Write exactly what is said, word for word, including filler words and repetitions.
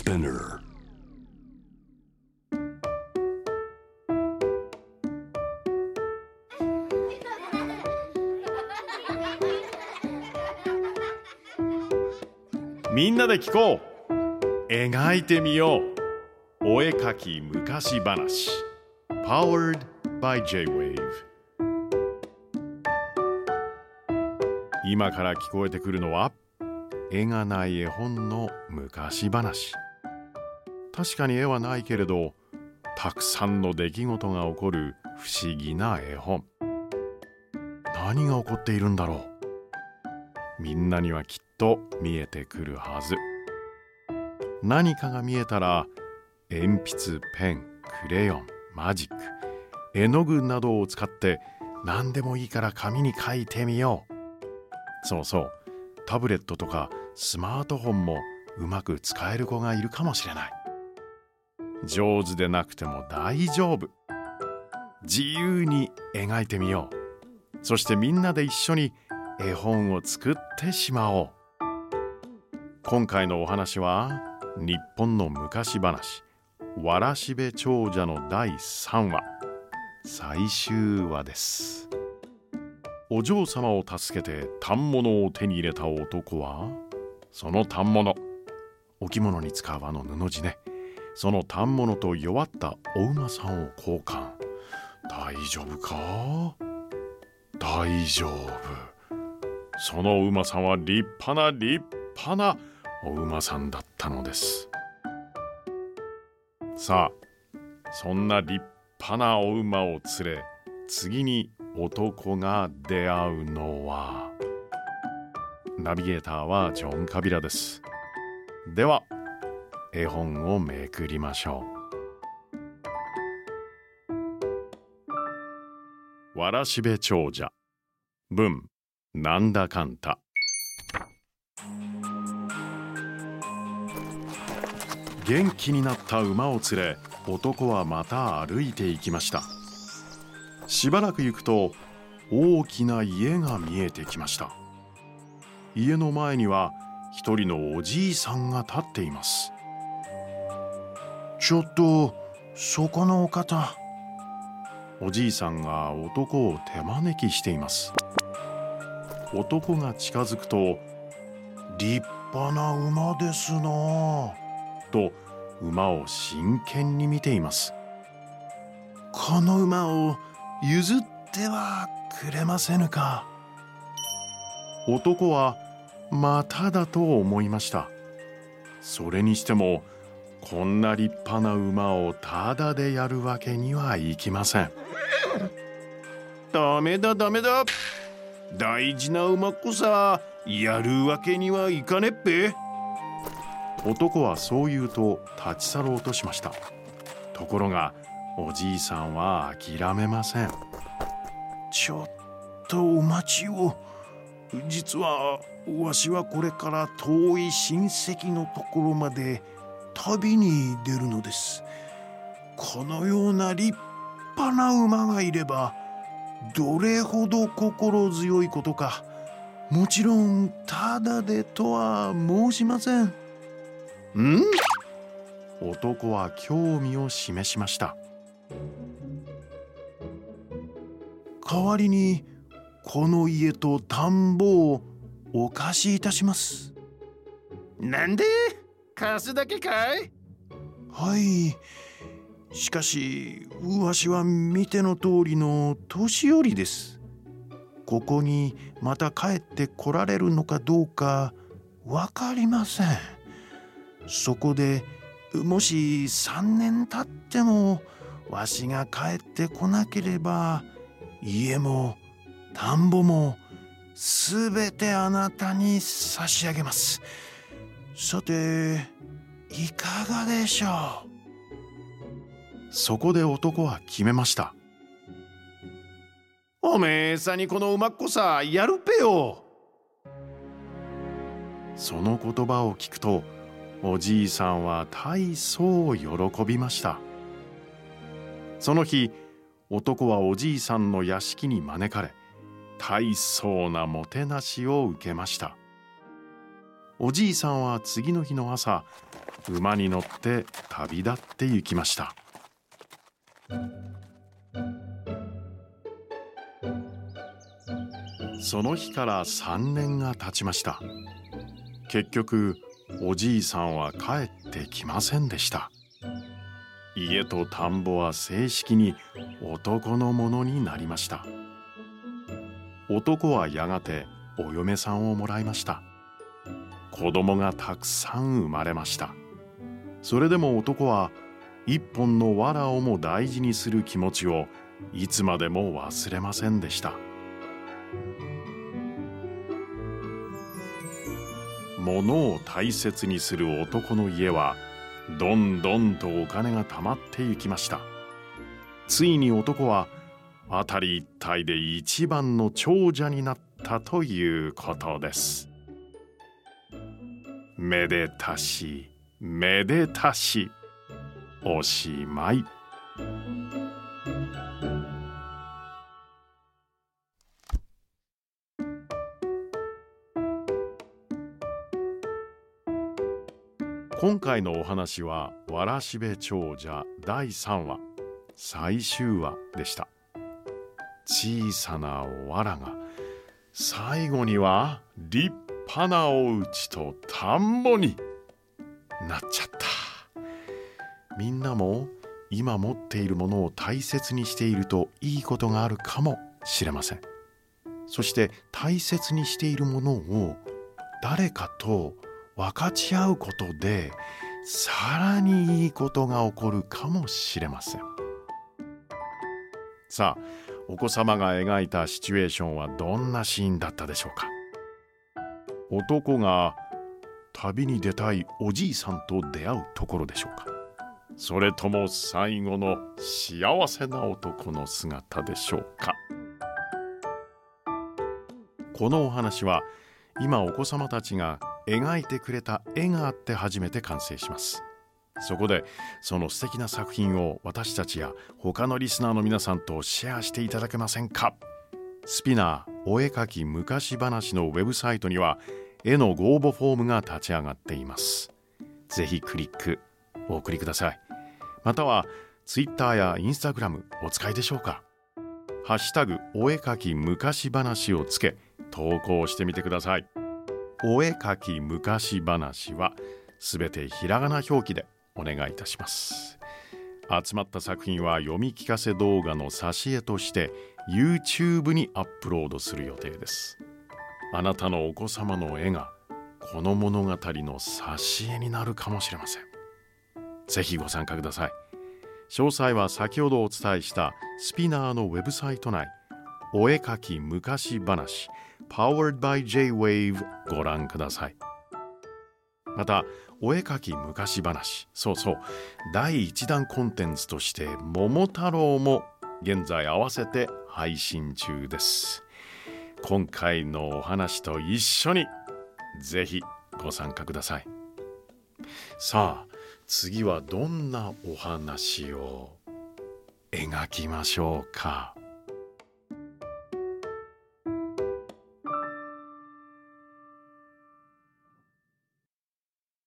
Spinner。 みんなで聞こう。描いてみよう。お絵かき昔話。Powered by J-Wave。今から聞こえてくるのは絵がない絵本の昔話。確かに絵はないけれど、たくさんの出来事が起こる不思議な絵本。何が起こっているんだろう。みんなにはきっと見えてくるはず。何かが見えたら、鉛筆、ペン、クレヨン、マジック、絵の具などを使って何でもいいから紙に書いてみよう。そうそう、タブレットとかスマートフォンもうまく使える子がいるかもしれない。上手でなくても大丈夫。自由に描いてみよう。そしてみんなで一緒に絵本を作ってしまおう。今回のお話は日本の昔話、わらしべ長者のだいさんわ、最終話です。お嬢様を助けて反物を手に入れた男は、その反物、置物に使うあの布地ね、その反物と弱ったお馬さんを交換。大丈夫か？大丈夫。その馬さんは立派な立派なお馬さんだったのです。さあ、そんな立派なお馬を連れ、次に男が出会うのは、ナビゲーターはジョン・カビラです。では絵本をめくりましょう。わらしべ長者、文なんだかんた。元気になった馬を連れ、男はまた歩いていきました。しばらく行くと大きな家が見えてきました。家の前には一人のおじいさんが立っています。 ちょっとそこのお方。 おじいさんが男を手招きしています。男が近づくと、 立派な馬ですなぁと馬を真剣に見ています。 この馬を譲ってはくれませぬか。 男はまただと思いました。それにしてもこんな立派な馬をただでやるわけにはいきません。 ダメだダメだ、大事な馬こさやるわけにはいかねっぺ。 男はそう言うと立ち去ろうとしました。ところがおじいさんは諦めません。 ちょっとお待ちを。実はわしはこれから遠い親戚のところまで旅に出るのです。このような立派な馬がいればどれほど心強いことか。もちろんただでとは申しません。ん？ 男は興味を示しました。 代わりにこの家と田んぼをお貸しいたします。 なんで？貸すだけかい？ はい。しかしわしは見ての通りの年寄りです。ここにまた帰って来られるのかどうかわかりません。そこでもしさんねん経ってもわしが帰ってこなければ、家も田んぼもすべてあなたに差し上げます。さていかがでしょう。 そこで男は決めました。 おめえさにこの馬っこさやるぺよ。 その言葉を聞くとおじいさんは大層喜びました。その日、男はおじいさんの屋敷に招かれ、大層なもてなしを受けました。おじいさんは次の日の朝、 馬に乗って旅立って行きました。その日からさんねんが経ちました。結局おじいさんは帰ってきませんでした。家と田んぼは正式に男のものになりました。男はやがてお嫁さんをもらいました。子供がたくさん生まれました。それでも男は一本の藁をも大事にする気持ちをいつまでも忘れませんでした。物を大切にする男の家はどんどんとお金が貯まっていきました。ついに男は辺り一帯で一番の長者になったということです。めでたしめでたし、おしまい。今回のお話はわらしべ長者だいさんわ最終話でした。小さなおわらが最後には立派なお家と田んぼになっちゃった。みんなも今持っているものを大切にしているといいことがあるかもしれません。そして大切にしているものを誰かと分かち合うことでさらにいいことが起こるかもしれません。さあ、お子様が描いたシチュエーションはどんなシーンだったでしょうか。男が旅に出たいおじいさんと出会うところでしょうか。それとも最後の幸せな男の姿でしょうか。このお話は今お子様たちが描いてくれた絵があって初めて完成します。そこでその素敵な作品を私たちや他のリスナーの皆さんとシェアしていただけませんか。スピナーお絵かき昔話のウェブサイトには絵のご応募フォームが立ち上がっています。ぜひクリックお送りください。またはツイッターやインスタグラムお使いでしょうか。ハッシュタグお絵かき昔話をつけ投稿してみてください。お絵かき昔話はすべてひらがな表記でお願いいたします。集まった作品は読み聞かせ動画の挿絵として YouTube にアップロードする予定です。あなたのお子様の絵がこの物語の挿絵になるかもしれません。ぜひご参加ください。詳細は先ほどお伝えしたスピナーのウェブサイト内お絵かき昔話 Powered by ジェイウェーブ ご覧ください。またお絵かき昔話、そうそうだいいちだんコンテンツとして桃太郎も現在合わせて配信中です。今回のお話と一緒にぜひご参加ください。さあ次はどんなお話を描きましょうか。